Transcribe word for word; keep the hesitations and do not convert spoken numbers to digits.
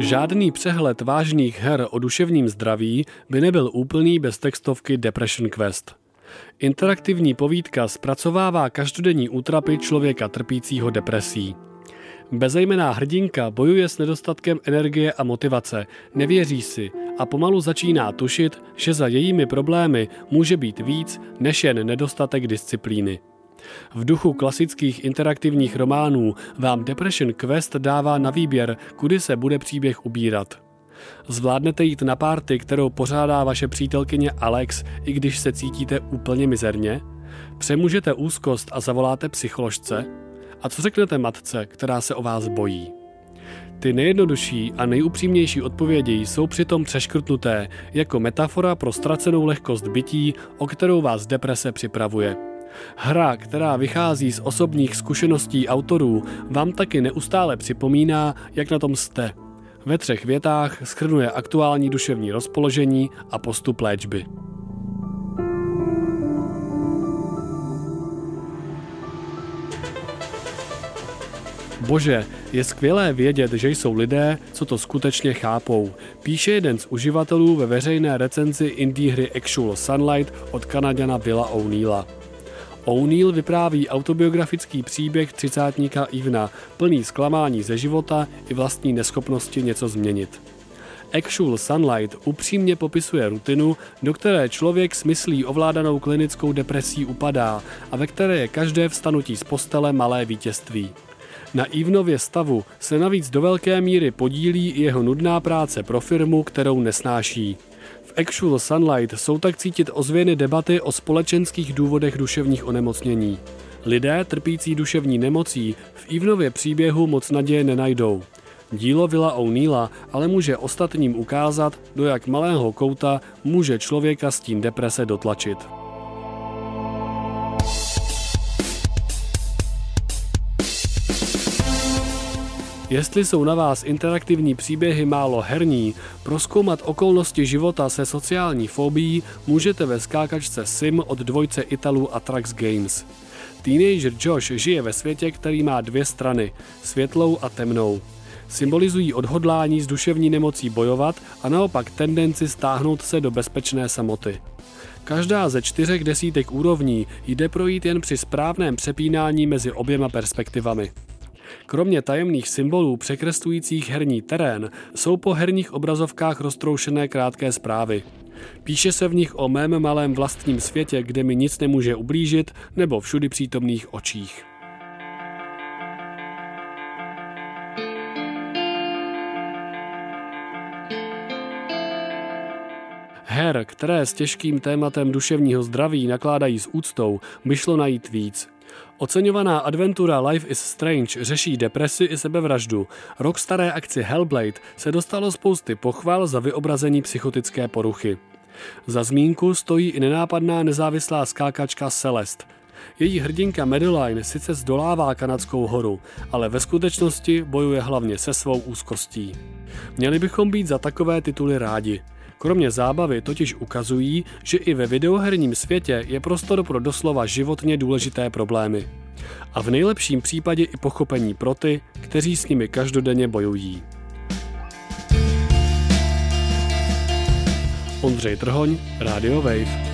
Žádný přehled vážných her o duševním zdraví by nebyl úplný bez textovky Depression Quest. Interaktivní povídka zpracovává každodenní útrapy člověka trpícího depresí. Bezejmenná hrdinka bojuje s nedostatkem energie a motivace, nevěří si a pomalu začíná tušit, že za jejími problémy může být víc než jen nedostatek disciplíny. V duchu klasických interaktivních románů vám Depression Quest dává na výběr, kudy se bude příběh ubírat. Zvládnete jít na párty, kterou pořádá vaše přítelkyně Alex, i když se cítíte úplně mizerně? Přemůžete úzkost a zavoláte psycholožce? A co řeknete matce, která se o vás bojí? Ty nejjednodušší a nejupřímnější odpovědi jsou přitom přeškrtnuté jako metafora pro ztracenou lehkost bytí, o kterou vás deprese připravuje. Hra, která vychází z osobních zkušeností autorů, vám taky neustále připomíná, jak na tom jste. Ve třech větách shrnuje aktuální duševní rozpoložení a postup léčby. Bože, je skvělé vědět, že jsou lidé, co to skutečně chápou, píše jeden z uživatelů ve veřejné recenzi indie hry Actual Sunlight od Kanaďana Willa O'Neilla. O'Neill vypráví autobiografický příběh třicátníka Evena, plný zklamání ze života i vlastní neschopnosti něco změnit. Actual Sunlight upřímně popisuje rutinu, do které člověk s myslí ovládanou klinickou depresí upadá a ve které je každé vstanutí z postele malé vítězství. Na Evenově stavu se navíc do velké míry podílí i jeho nudná práce pro firmu, kterou nesnáší. V Actual Sunlight jsou tak cítit ozvěny debaty o společenských důvodech duševních onemocnění. Lidé trpící duševní nemocí v Evenově příběhu moc naděje nenajdou. Dílo Willa O'Neilla ale může ostatním ukázat, do jak malého kouta může člověka stín deprese dotlačit. Jestli jsou na vás interaktivní příběhy málo herní, prozkoumat okolnosti života se sociální fobií můžete ve skákačce Sim od dvojce Italů Atrax Games. Teenager Josh žije ve světě, který má dvě strany, světlou a temnou. Symbolizují odhodlání s duševní nemocí bojovat a naopak tendenci stáhnout se do bezpečné samoty. Každá ze čtyřech desítek úrovní jde projít jen při správném přepínání mezi oběma perspektivami. Kromě tajemných symbolů překreslujících herní terén jsou po herních obrazovkách roztroušené krátké zprávy. Píše se v nich o mém malém vlastním světě, kde mi nic nemůže ublížit, nebo všudy přítomných očích. Her, které s těžkým tématem duševního zdraví nakládají s úctou, by šlo najít víc. Oceňovaná adventura Life is Strange řeší depresi i sebevraždu. Rok staré akci Hellblade se dostalo spousty pochval za vyobrazení psychotické poruchy. Za zmínku stojí i nenápadná nezávislá skákačka Celeste. Její hrdinka Madeline sice zdolává kanadskou horu, ale ve skutečnosti bojuje hlavně se svou úzkostí. Měli bychom být za takové tituly rádi. Kromě zábavy totiž ukazují, že i ve videoherním světě je prostor pro doslova životně důležité problémy. A v nejlepším případě i pochopení pro ty, kteří s nimi každodenně bojují. Ondřej Trhoň, Radio Wave.